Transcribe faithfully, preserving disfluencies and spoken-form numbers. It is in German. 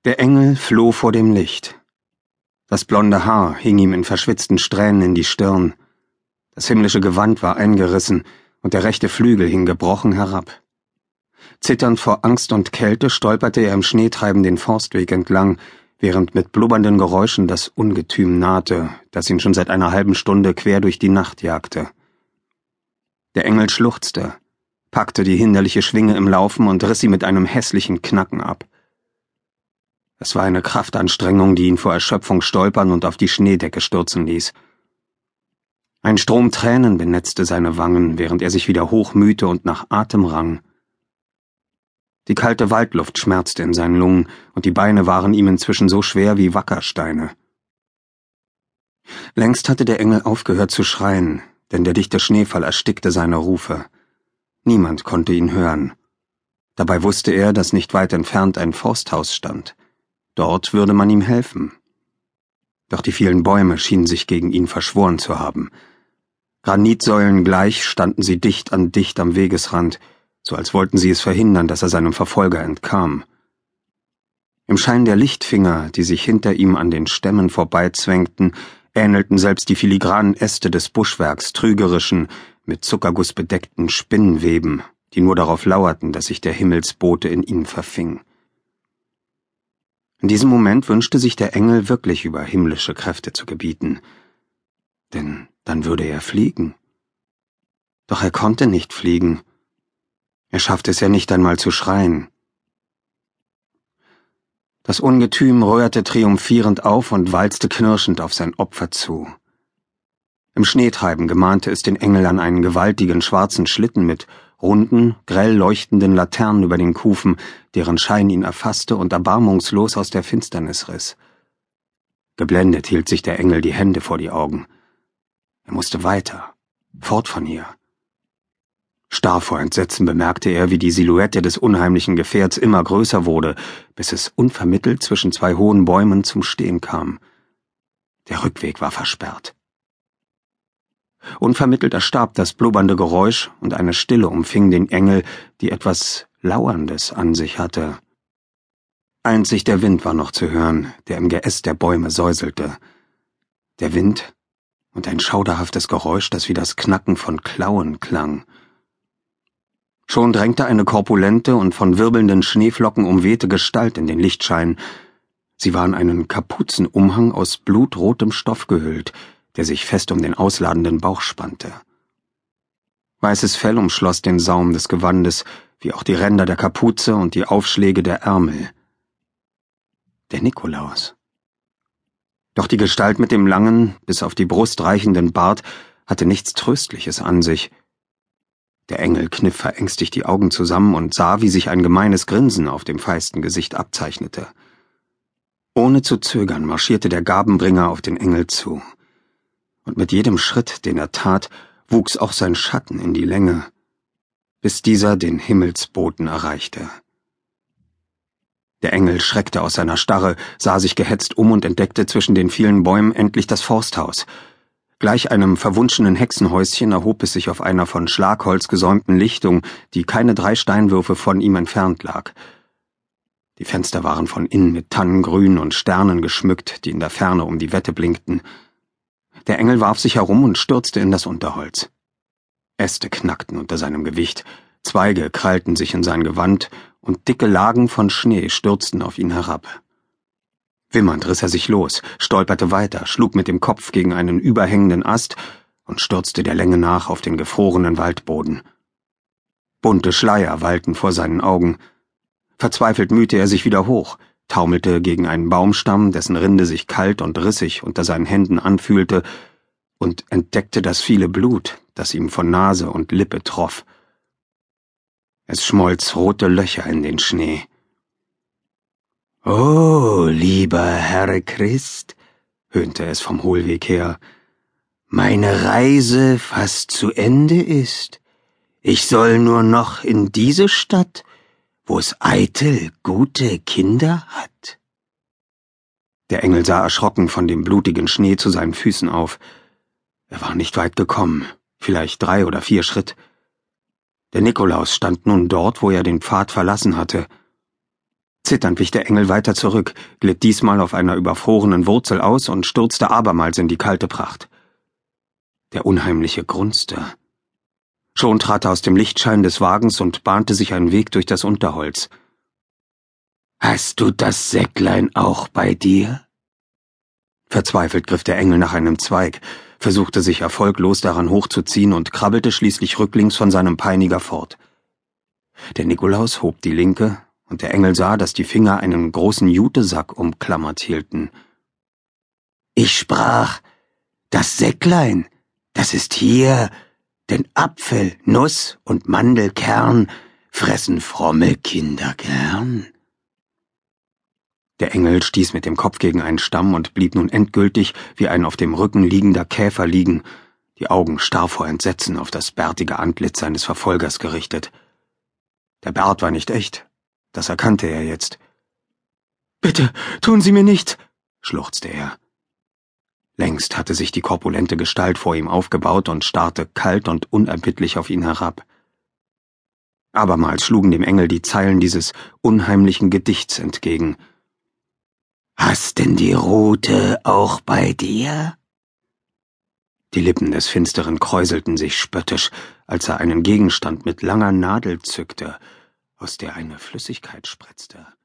Der Engel floh vor dem Licht. Das blonde Haar hing ihm in verschwitzten Strähnen in die Stirn. Das himmlische Gewand war eingerissen und der rechte Flügel hing gebrochen herab. Zitternd vor Angst und Kälte stolperte er im Schneetreiben den Forstweg entlang, während mit blubbernden Geräuschen das Ungetüm nahte, das ihn schon seit einer halben Stunde quer durch die Nacht jagte. Der Engel schluchzte, packte die hinderliche Schwinge im Laufen und riss sie mit einem hässlichen Knacken ab. Es war eine Kraftanstrengung, die ihn vor Erschöpfung stolpern und auf die Schneedecke stürzen ließ. Ein Strom Tränen benetzte seine Wangen, während er sich wieder hochmühte und nach Atem rang. Die kalte Waldluft schmerzte in seinen Lungen, und die Beine waren ihm inzwischen so schwer wie Wackersteine. Längst hatte der Engel aufgehört zu schreien, denn der dichte Schneefall erstickte seine Rufe. Niemand konnte ihn hören. Dabei wusste er, dass nicht weit entfernt ein Forsthaus stand. Dort würde man ihm helfen. Doch die vielen Bäume schienen sich gegen ihn verschworen zu haben. Granitsäulen gleich standen sie dicht an dicht am Wegesrand, so als wollten sie es verhindern, dass er seinem Verfolger entkam. Im Schein der Lichtfinger, die sich hinter ihm an den Stämmen vorbeizwängten, ähnelten selbst die filigranen Äste des Buschwerks trügerischen, mit Zuckerguss bedeckten Spinnenweben, die nur darauf lauerten, dass sich der Himmelsbote in ihnen verfing. In diesem Moment wünschte sich der Engel wirklich über himmlische Kräfte zu gebieten, denn dann würde er fliegen. Doch er konnte nicht fliegen. Er schaffte es ja nicht einmal zu schreien. Das Ungetüm röhrte triumphierend auf und walzte knirschend auf sein Opfer zu. Im Schneetreiben gemahnte es den Engel an einen gewaltigen schwarzen Schlitten mit runden, grell leuchtenden Laternen über den Kufen, deren Schein ihn erfasste und erbarmungslos aus der Finsternis riss. Geblendet hielt sich der Engel die Hände vor die Augen. Er musste weiter, fort von ihr. Starr vor Entsetzen bemerkte er, wie die Silhouette des unheimlichen Gefährts immer größer wurde, bis es unvermittelt zwischen zwei hohen Bäumen zum Stehen kam. Der Rückweg war versperrt. Unvermittelt erstarb das blubbernde Geräusch und eine Stille umfing den Engel, die etwas Lauerndes an sich hatte. Einzig der Wind war noch zu hören, der im Geäst der Bäume säuselte. Der Wind und ein schauderhaftes Geräusch, das wie das Knacken von Klauen klang. Schon drängte eine korpulente und von wirbelnden Schneeflocken umwehte Gestalt in den Lichtschein. Sie war in einen Kapuzenumhang aus blutrotem Stoff gehüllt, der sich fest um den ausladenden Bauch spannte. Weißes Fell umschloss den Saum des Gewandes, wie auch die Ränder der Kapuze und die Aufschläge der Ärmel. Der Nikolaus. Doch die Gestalt mit dem langen, bis auf die Brust reichenden Bart hatte nichts Tröstliches an sich. Der Engel kniff verängstigt die Augen zusammen und sah, wie sich ein gemeines Grinsen auf dem feisten Gesicht abzeichnete. Ohne zu zögern marschierte der Gabenbringer auf den Engel zu. Und mit jedem Schritt, den er tat, wuchs auch sein Schatten in die Länge, bis dieser den Himmelsboten erreichte. Der Engel schreckte aus seiner Starre, sah sich gehetzt um und entdeckte zwischen den vielen Bäumen endlich das Forsthaus. Gleich einem verwunschenen Hexenhäuschen erhob es sich auf einer von Schlagholz gesäumten Lichtung, die keine drei Steinwürfe von ihm entfernt lag. Die Fenster waren von innen mit Tannengrün und Sternen geschmückt, die in der Ferne um die Wette blinkten. Der Engel warf sich herum und stürzte in das Unterholz. Äste knackten unter seinem Gewicht, Zweige krallten sich in sein Gewand und dicke Lagen von Schnee stürzten auf ihn herab. Wimmernd riss er sich los, stolperte weiter, schlug mit dem Kopf gegen einen überhängenden Ast und stürzte der Länge nach auf den gefrorenen Waldboden. Bunte Schleier wallten vor seinen Augen. Verzweifelt mühte er sich wieder hoch, taumelte gegen einen Baumstamm, dessen Rinde sich kalt und rissig unter seinen Händen anfühlte, und entdeckte das viele Blut, das ihm von Nase und Lippe troff. Es schmolz rote Löcher in den Schnee. »Oh, lieber Herr Christ«, höhnte es vom Hohlweg her, »meine Reise fast zu Ende ist. Ich soll nur noch in diese Stadt, wo es eitel gute Kinder hat.« Der Engel sah erschrocken von dem blutigen Schnee zu seinen Füßen auf. Er war nicht weit gekommen, vielleicht drei oder vier Schritt. Der Nikolaus stand nun dort, wo er den Pfad verlassen hatte. Zitternd wich der Engel weiter zurück, glitt diesmal auf einer überfrorenen Wurzel aus und stürzte abermals in die kalte Pracht. Der Unheimliche grunzte. Schon trat er aus dem Lichtschein des Wagens und bahnte sich einen Weg durch das Unterholz. »Hast du das Säcklein auch bei dir?« Verzweifelt griff der Engel nach einem Zweig, versuchte sich erfolglos daran hochzuziehen und krabbelte schließlich rücklings von seinem Peiniger fort. Der Nikolaus hob die linke, und der Engel sah, dass die Finger einen großen Jutesack umklammert hielten. »Ich sprach, das Säcklein, das ist hier, denn Apfel, Nuss und Mandelkern fressen fromme Kinder gern.« Der Engel stieß mit dem Kopf gegen einen Stamm und blieb nun endgültig wie ein auf dem Rücken liegender Käfer liegen, die Augen starr vor Entsetzen auf das bärtige Antlitz seines Verfolgers gerichtet. Der Bart war nicht echt, das erkannte er jetzt. »Bitte, tun Sie mir nichts«, schluchzte er. Längst hatte sich die korpulente Gestalt vor ihm aufgebaut und starrte kalt und unerbittlich auf ihn herab. Abermals schlugen dem Engel die Zeilen dieses unheimlichen Gedichts entgegen. »Hast denn die Rute auch bei dir?« Die Lippen des Finsteren kräuselten sich spöttisch, als er einen Gegenstand mit langer Nadel zückte, aus der eine Flüssigkeit spritzte.